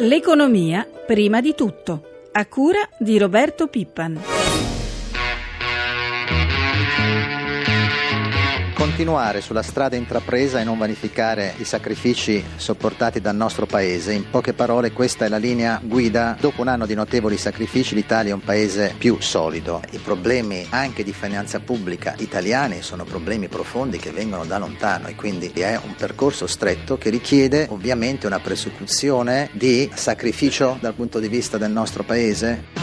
L'economia prima di tutto, a cura di Roberto Pippan. Continuare sulla strada intrapresa e non vanificare i sacrifici sopportati dal nostro paese. In poche parole, questa è la linea guida. Dopo un anno di notevoli sacrifici, l'Italia è un paese più solido. I problemi anche di finanza pubblica italiani sono problemi profondi che vengono da lontano e quindi è un percorso stretto che richiede ovviamente una prosecuzione di sacrificio dal punto di vista del nostro paese.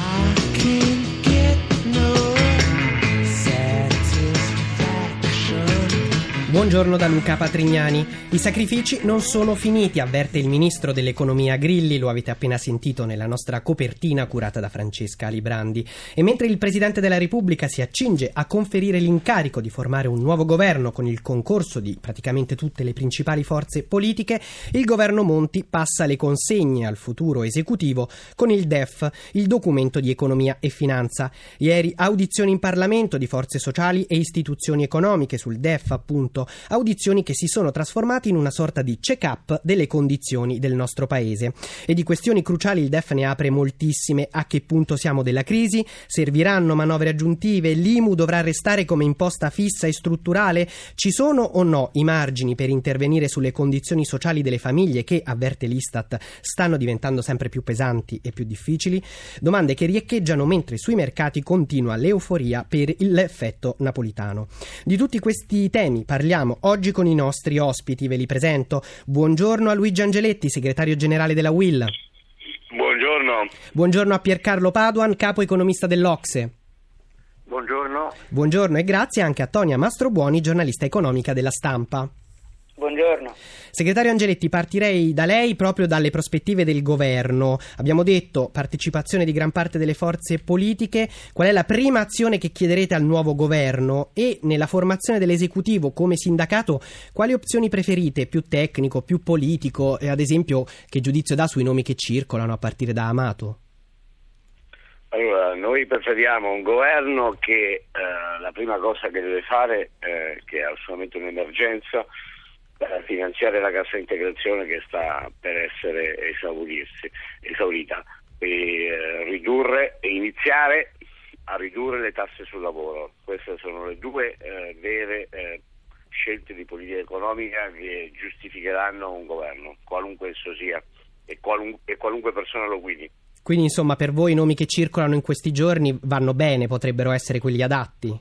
Buongiorno da Luca Patrignani. I sacrifici non sono finiti, avverte il ministro dell'economia Grilli, lo avete appena sentito nella nostra copertina curata da Francesca Librandi. E mentre il Presidente della Repubblica si accinge a conferire l'incarico di formare un nuovo governo con il concorso di praticamente tutte le principali forze politiche, il governo Monti passa le consegne al futuro esecutivo con il DEF, il documento di economia e finanza. Ieri audizioni in Parlamento di forze sociali e istituzioni economiche sul DEF, appunto. Audizioni che si sono trasformate in una sorta di check-up delle condizioni del nostro paese. E di questioni cruciali il DEF ne apre moltissime. A che punto siamo della crisi? Serviranno manovre aggiuntive? L'IMU dovrà restare come imposta fissa e strutturale? Ci sono o no i margini per intervenire sulle condizioni sociali delle famiglie che, avverte l'Istat, stanno diventando sempre più pesanti e più difficili? Domande che riecheggiano mentre sui mercati continua l'euforia per l'effetto napolitano. Di tutti questi temi parliamo oggi con i nostri ospiti, ve li presento. Buongiorno a Luigi Angeletti, segretario generale della UIL. Buongiorno. Buongiorno a Piercarlo Paduan, capo economista dell'Ocse. Buongiorno. Buongiorno e grazie anche a Tonia Mastrobuoni, giornalista economica della Stampa. Buongiorno. Segretario Angeletti, partirei da lei proprio dalle prospettive del governo. Abbiamo detto partecipazione di gran parte delle forze politiche. Qual è la prima azione che chiederete al nuovo governo? E nella formazione dell'esecutivo come sindacato, quali opzioni preferite? Più tecnico, più politico? E ad esempio, che giudizio dà sui nomi che circolano a partire da Amato? Allora, noi preferiamo un governo che la prima cosa che deve fare, che è assolutamente un'emergenza, finanziare la cassa integrazione che sta per essere esaurita e iniziare a ridurre le tasse sul lavoro. Queste sono le due vere scelte di politica economica che giustificheranno un governo, qualunque esso sia e qualunque persona lo guidi. Quindi insomma per voi i nomi che circolano in questi giorni vanno bene, potrebbero essere quelli adatti?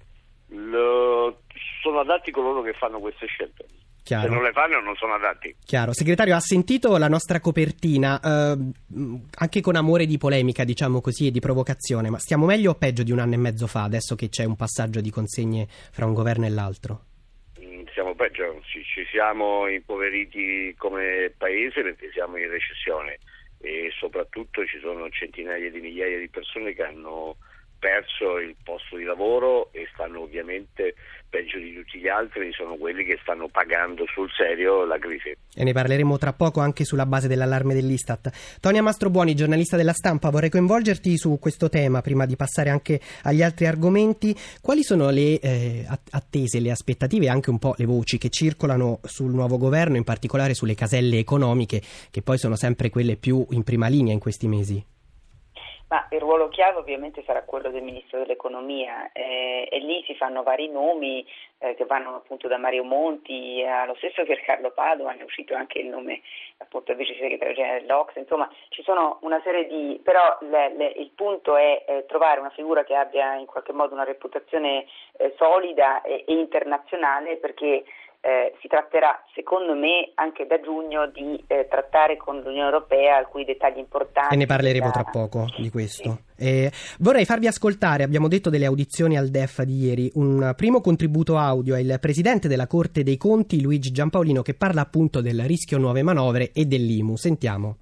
Sono adatti coloro che fanno queste scelte. Chiaro. Se non le fanno non sono adatti. Chiaro. Segretario, ha sentito la nostra copertina, anche con amore di polemica, diciamo così, e di provocazione, ma stiamo meglio o peggio di un anno e mezzo fa, adesso che c'è un passaggio di consegne fra un governo e l'altro? Siamo peggio, ci siamo impoveriti come paese perché siamo in recessione e soprattutto ci sono centinaia di migliaia di persone che hanno perso il posto di lavoro e stanno ovviamente peggio di tutti gli altri, sono quelli che stanno pagando sul serio la crisi. E ne parleremo tra poco anche sulla base dell'allarme dell'Istat. Tonia Mastrobuoni, giornalista della Stampa, vorrei coinvolgerti su questo tema prima di passare anche agli altri argomenti. Quali sono le attese, le aspettative e anche un po' le voci che circolano sul nuovo governo, in particolare sulle caselle economiche, che poi sono sempre quelle più in prima linea in questi mesi? Ma il ruolo chiave ovviamente sarà quello del Ministro dell'Economia e lì si fanno vari nomi che vanno appunto da Mario Monti allo stesso Piercarlo Paduan, è uscito anche il nome appunto del vice segretario generale dell'Ocse, insomma ci sono una serie di, però il punto è trovare una figura che abbia in qualche modo una reputazione solida e internazionale, perché si tratterà, secondo me, anche da giugno di trattare con l'Unione Europea alcuni dettagli importanti. E ne parleremo tra poco di questo. Sì. Vorrei farvi ascoltare, abbiamo detto delle audizioni al DEF di ieri, un primo contributo audio al Presidente della Corte dei Conti, Luigi Giampaolino, che parla appunto del rischio nuove manovre e dell'IMU. Sentiamo.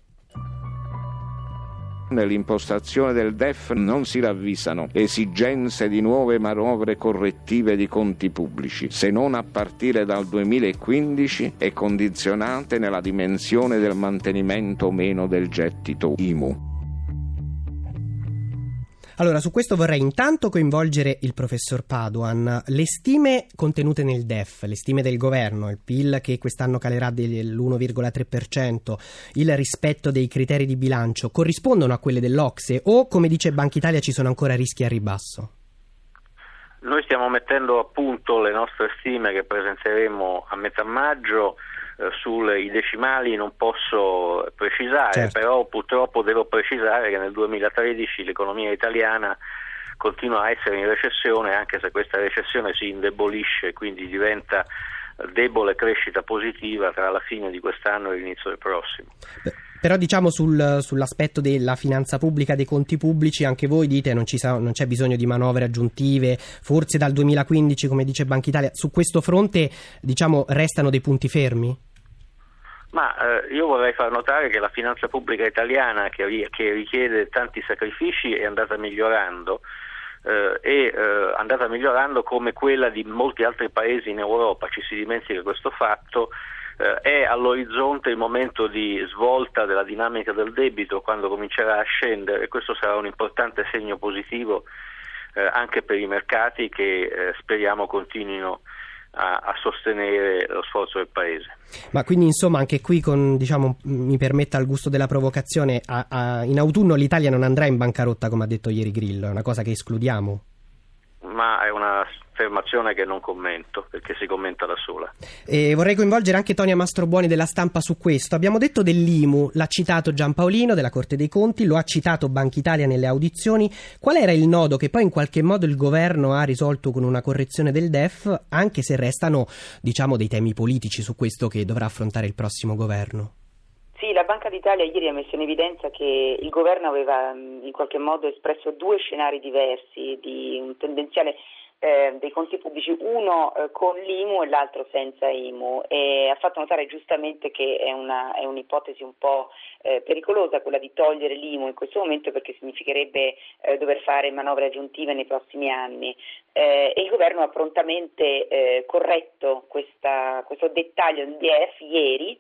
Nell'impostazione del DEF non si ravvisano esigenze di nuove manovre correttive di conti pubblici, se non a partire dal 2015 e condizionate nella dimensione del mantenimento o meno del gettito IMU. Allora, su questo vorrei intanto coinvolgere il professor Padoan. Le stime contenute nel DEF, le stime del governo, il PIL che quest'anno calerà dell'1,3%, il rispetto dei criteri di bilancio, corrispondono a quelle dell'Ocse o, come dice Banca Italia, ci sono ancora rischi a ribasso? Noi stiamo mettendo a punto le nostre stime che presenteremo a metà maggio. Sui decimali non posso precisare, certo. Però purtroppo devo precisare che nel 2013 l'economia italiana continua a essere in recessione, anche se questa recessione si indebolisce, quindi diventa debole crescita positiva tra la fine di quest'anno e l'inizio del prossimo. Però diciamo sull'aspetto della finanza pubblica, dei conti pubblici, anche voi dite non c'è bisogno di manovre aggiuntive, forse dal 2015 come dice Banca Italia. Su questo fronte diciamo restano dei punti fermi? Ma io vorrei far notare che la finanza pubblica italiana che richiede tanti sacrifici è andata migliorando come quella di molti altri paesi in Europa. Ci si dimentica questo fatto. È all'orizzonte il momento di svolta della dinamica del debito, quando comincerà a scendere, e questo sarà un importante segno positivo anche per i mercati che speriamo continuino a sostenere lo sforzo del Paese. Ma quindi insomma anche qui mi permetta il gusto della provocazione, in autunno l'Italia non andrà in bancarotta come ha detto ieri Grillo, è una cosa che escludiamo? Ma è una affermazione che non commento, perché si commenta da sola. E vorrei coinvolgere anche Tonia Mastrobuoni della Stampa su questo. Abbiamo detto dell'IMU, l'ha citato Giampaolino della Corte dei Conti, lo ha citato Banca Italia nelle audizioni. Qual era il nodo che poi in qualche modo il governo ha risolto con una correzione del DEF, anche se restano dei temi politici su questo che dovrà affrontare il prossimo governo? Sì, la Banca d'Italia ieri ha messo in evidenza che il governo aveva in qualche modo espresso due scenari diversi di un tendenziale dei conti pubblici, uno con l'IMU e l'altro senza IMU, e ha fatto notare giustamente che è un'ipotesi un po' pericolosa quella di togliere l'IMU in questo momento, perché significherebbe dover fare manovre aggiuntive nei prossimi anni, e il governo ha prontamente corretto questo dettaglio del DEF ieri,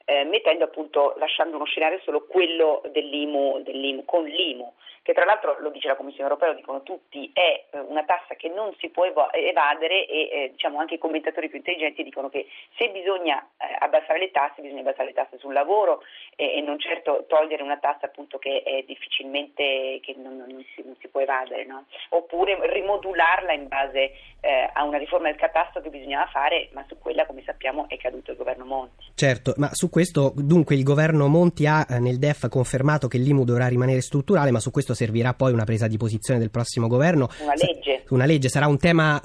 lasciando uno scenario solo quello dell'IMU con l'IMU, che tra l'altro, lo dice la Commissione europea, lo dicono tutti, è una tassa che non si può evadere, e anche i commentatori più intelligenti dicono che se bisogna abbassare le tasse, bisogna abbassare le tasse sul lavoro e non certo togliere una tassa appunto che è difficilmente, che non si può evadere, no? Oppure rimodularla in base a una riforma del catasto che bisognava fare, ma su quella, come sappiamo, è caduto il governo Monti. Certo, ma su questo dunque il governo Monti ha nel DEF confermato che l'IMU dovrà rimanere strutturale, ma su questo servirà poi una presa di posizione del prossimo governo. Una legge sarà un tema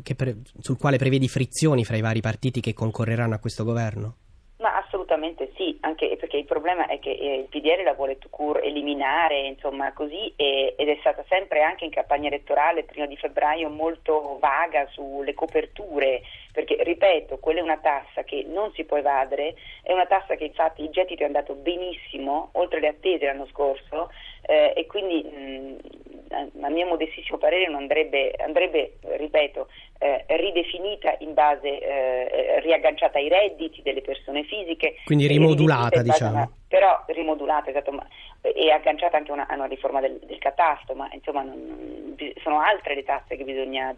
sul quale prevedi frizioni fra i vari partiti che concorreranno a questo governo? Ma assolutamente sì, anche perché il problema è che il PDL la vuole tout court eliminare, insomma così, ed è stata sempre anche in campagna elettorale prima di febbraio molto vaga sulle coperture, perché ripeto, quella è una tassa che non si può evadere, è una tassa che infatti il gettito è andato benissimo, oltre le attese l'anno scorso, e quindi a mio modestissimo parere non andrebbe, ripeto, ridefinita in base, riagganciata ai redditi delle persone fisiche. Quindi rimodulata, diciamo. Però rimodulata, esatto, e agganciata anche a una riforma del catasto, ma insomma sono altre le tasse che bisogna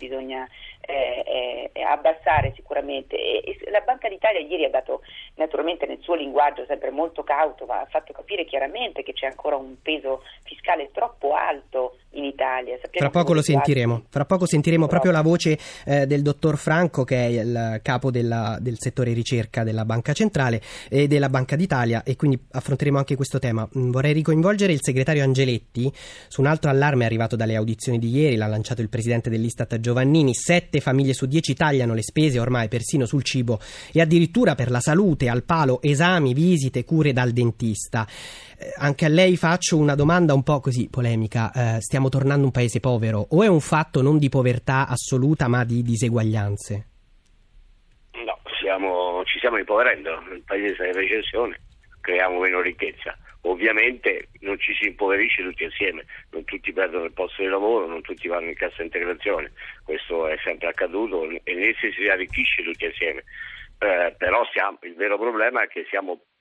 abbassare sicuramente. E la Banca d'Italia ieri ha dato, naturalmente nel suo linguaggio sempre molto cauto, ma ha fatto capire chiaramente che c'è ancora un peso fiscale troppo alto in Italia. Fra poco sentiremo proprio la voce del dottor Franco, che è il capo del settore ricerca della Banca Centrale e della Banca d'Italia, e quindi affronteremo anche questo tema. Vorrei ricoinvolgere il segretario Angeletti su un altro allarme arrivato dalle audizioni di ieri, l'ha lanciato il presidente dell'Istat Giovannini. 7 famiglie su 10 tagliano le spese ormai persino sul cibo e addirittura per la salute, al palo esami, visite, cure dal dentista. Anche a lei faccio una domanda un po' così polemica: stiamo tornando un paese povero o è un fatto non di povertà assoluta ma di diseguaglianze? No, ci stiamo impoverendo, il paese sta in recessione, creiamo meno ricchezza. Ovviamente non ci si impoverisce tutti insieme, non tutti perdono il posto di lavoro, non tutti vanno in cassa integrazione, questo è sempre accaduto e né si arricchisce tutti insieme, però il vero problema è che siamo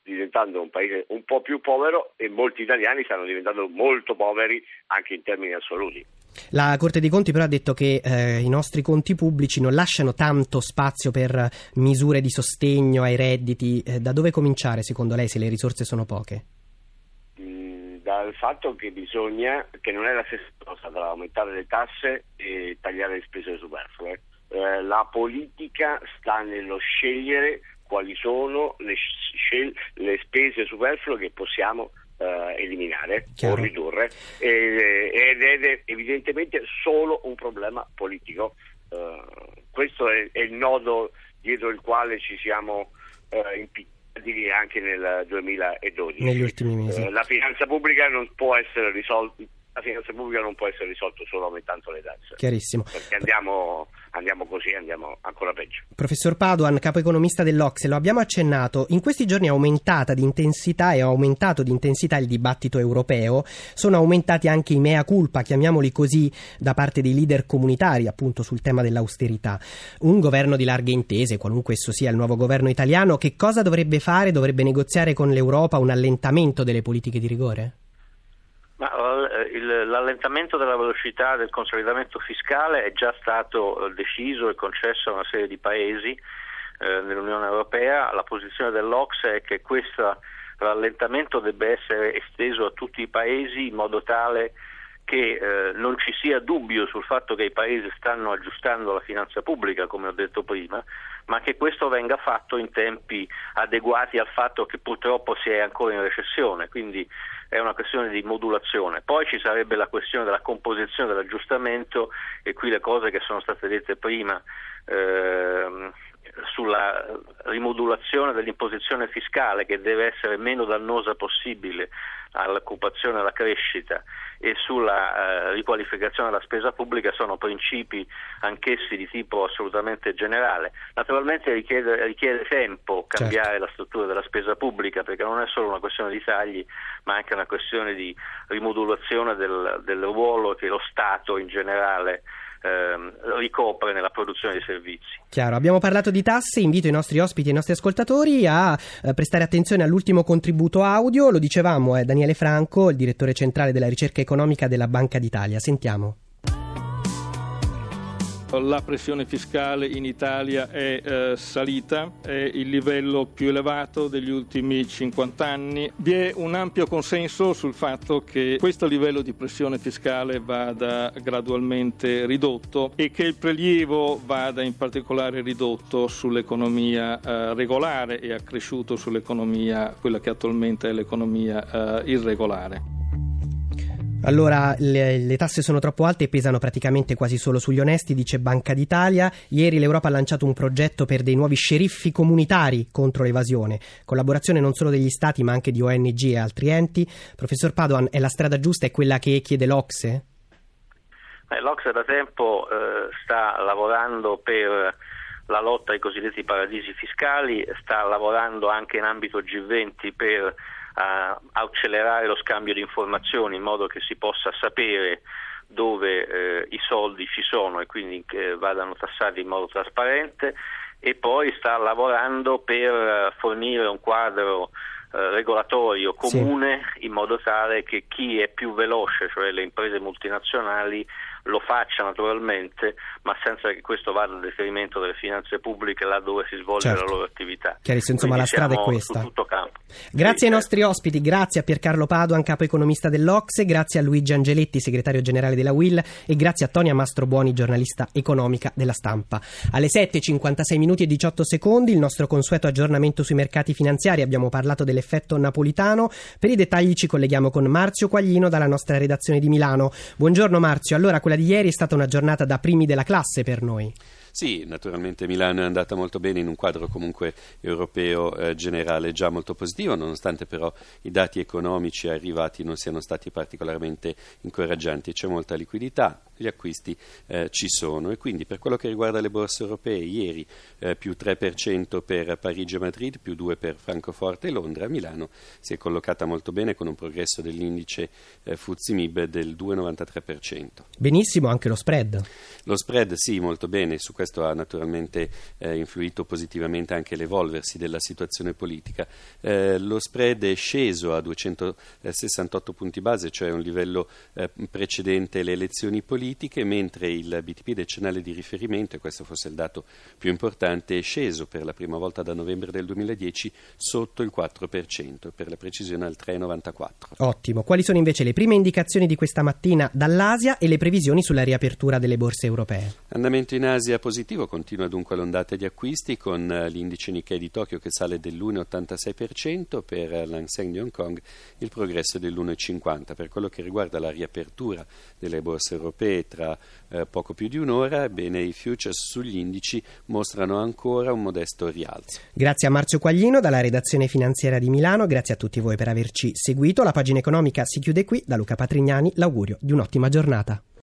diventando un paese un po' più povero e molti italiani stanno diventando molto poveri anche in termini assoluti. La Corte dei Conti però ha detto che i nostri conti pubblici non lasciano tanto spazio per misure di sostegno ai redditi. Da dove cominciare secondo lei se le risorse sono poche? Dal fatto che non è la stessa cosa tra aumentare le tasse e tagliare le spese superflue. La politica sta nello scegliere quali sono le spese superflue che possiamo eliminare o ridurre, ed è evidentemente solo un problema politico. Questo è il nodo dietro il quale ci siamo impiccati anche nel 2012. Negli ultimi mesi. La finanza pubblica non può essere risolta. La finanza pubblica non può essere risolta solo aumentando le tasse. Chiarissimo. Perché andiamo così, andiamo ancora peggio. Professor Padoan, capo economista dell'Ocse, lo abbiamo accennato, in questi giorni è aumentato di intensità il dibattito europeo, sono aumentati anche i mea culpa, chiamiamoli così, da parte dei leader comunitari appunto sul tema dell'austerità. Un governo di larghe intese, qualunque esso sia il nuovo governo italiano, che cosa dovrebbe fare? Dovrebbe negoziare con l'Europa un allentamento delle politiche di rigore? Ma l'allentamento della velocità del consolidamento fiscale è già stato deciso e concesso a una serie di paesi nell'Unione Europea. La posizione dell'Ocse è che questo rallentamento debba essere esteso a tutti i paesi in modo tale che non ci sia dubbio sul fatto che i paesi stanno aggiustando la finanza pubblica, come ho detto prima, ma che questo venga fatto in tempi adeguati al fatto che purtroppo si è ancora in recessione, quindi è una questione di modulazione. Poi ci sarebbe la questione della composizione dell'aggiustamento, e qui le cose che sono state dette prima sulla rimodulazione dell'imposizione fiscale, che deve essere meno dannosa possibile all'occupazione e alla crescita, e sulla riqualificazione della spesa pubblica sono principi anch'essi di tipo assolutamente generale. Naturalmente richiede tempo cambiare la struttura della spesa pubblica, perché non è solo una questione di tagli, ma anche una questione di rimodulazione del ruolo che lo Stato in generale ricopre nella produzione di servizi. Chiaro, abbiamo parlato di tasse, invito i nostri ospiti e i nostri ascoltatori a prestare attenzione all'ultimo contributo audio, lo dicevamo, è Daniele Franco, il direttore centrale della ricerca economica della Banca d'Italia. Sentiamo. La pressione fiscale in Italia è salita, è il livello più elevato degli ultimi 50 anni. Vi è un ampio consenso sul fatto che questo livello di pressione fiscale vada gradualmente ridotto e che il prelievo vada in particolare ridotto sull'economia regolare e accresciuto sull'economia, quella che attualmente è l'economia irregolare. Allora, le tasse sono troppo alte e pesano praticamente quasi solo sugli onesti, dice Banca d'Italia. Ieri l'Europa ha lanciato un progetto per dei nuovi sceriffi comunitari contro l'evasione, collaborazione non solo degli Stati ma anche di ONG e altri enti. Professor Padoan, è la strada giusta, è quella che chiede l'Ocse? L'Ocse da tempo sta lavorando per la lotta ai cosiddetti paradisi fiscali, sta lavorando anche in ambito G20 per accelerare lo scambio di informazioni in modo che si possa sapere dove i soldi ci sono e quindi che vadano tassati in modo trasparente, e poi sta lavorando per fornire un quadro regolatorio comune in modo tale che chi è più veloce, cioè le imprese multinazionali, lo faccia naturalmente, ma senza che questo vada a detrimento delle finanze pubbliche là dove si svolge la loro attività. Chiarissimo, insomma, la strada è questa. Su tutto campo. Grazie ai nostri ospiti, grazie a Piercarlo Padoan, capo economista dell'Ocse, grazie a Luigi Angeletti, segretario generale della UIL, e grazie a Tonia Mastrobuoni, giornalista economica della Stampa. Alle 7:56 e 18 secondi il nostro consueto aggiornamento sui mercati finanziari. Abbiamo parlato dell'effetto napolitano. Per i dettagli ci colleghiamo con Marzio Quaglino dalla nostra redazione di Milano. Buongiorno Marzio, allora quella di ieri è stata una giornata da primi della classe per noi. Sì, naturalmente Milano è andata molto bene in un quadro comunque europeo generale già molto positivo, nonostante però i dati economici arrivati non siano stati particolarmente incoraggianti. C'è molta liquidità, gli acquisti ci sono, e quindi per quello che riguarda le borse europee, ieri più 3% per Parigi e Madrid, più 2% per Francoforte e Londra. Milano si è collocata molto bene con un progresso dell'indice FTSE MIB del 2,93%. Benissimo, anche lo spread. Lo spread sì, molto bene, su questo ha naturalmente influito positivamente anche l'evolversi della situazione politica. Lo spread è sceso a 268 punti base, cioè un livello precedente le elezioni politiche, mentre il BTP decennale di riferimento, e questo fosse il dato più importante, è sceso per la prima volta da novembre del 2010 sotto il 4%, per la precisione al 3,94. Ottimo. Quali sono invece le prime indicazioni di questa mattina dall'Asia e le previsioni sulla riapertura delle borse europee? Andamento in Asia positivo, continua dunque l'ondata di acquisti con l'indice Nikkei di Tokyo che sale dell'1,86%, per l'Hang Seng di Hong Kong il progresso è dell'1,50%. Per quello che riguarda la riapertura delle borse europee tra poco più di un'ora, ebbene i futures sugli indici mostrano ancora un modesto rialzo. Grazie a Marzio Quaglino dalla redazione finanziaria di Milano, grazie a tutti voi per averci seguito. La pagina economica si chiude qui. Da Luca Patrignani l'augurio di un'ottima giornata.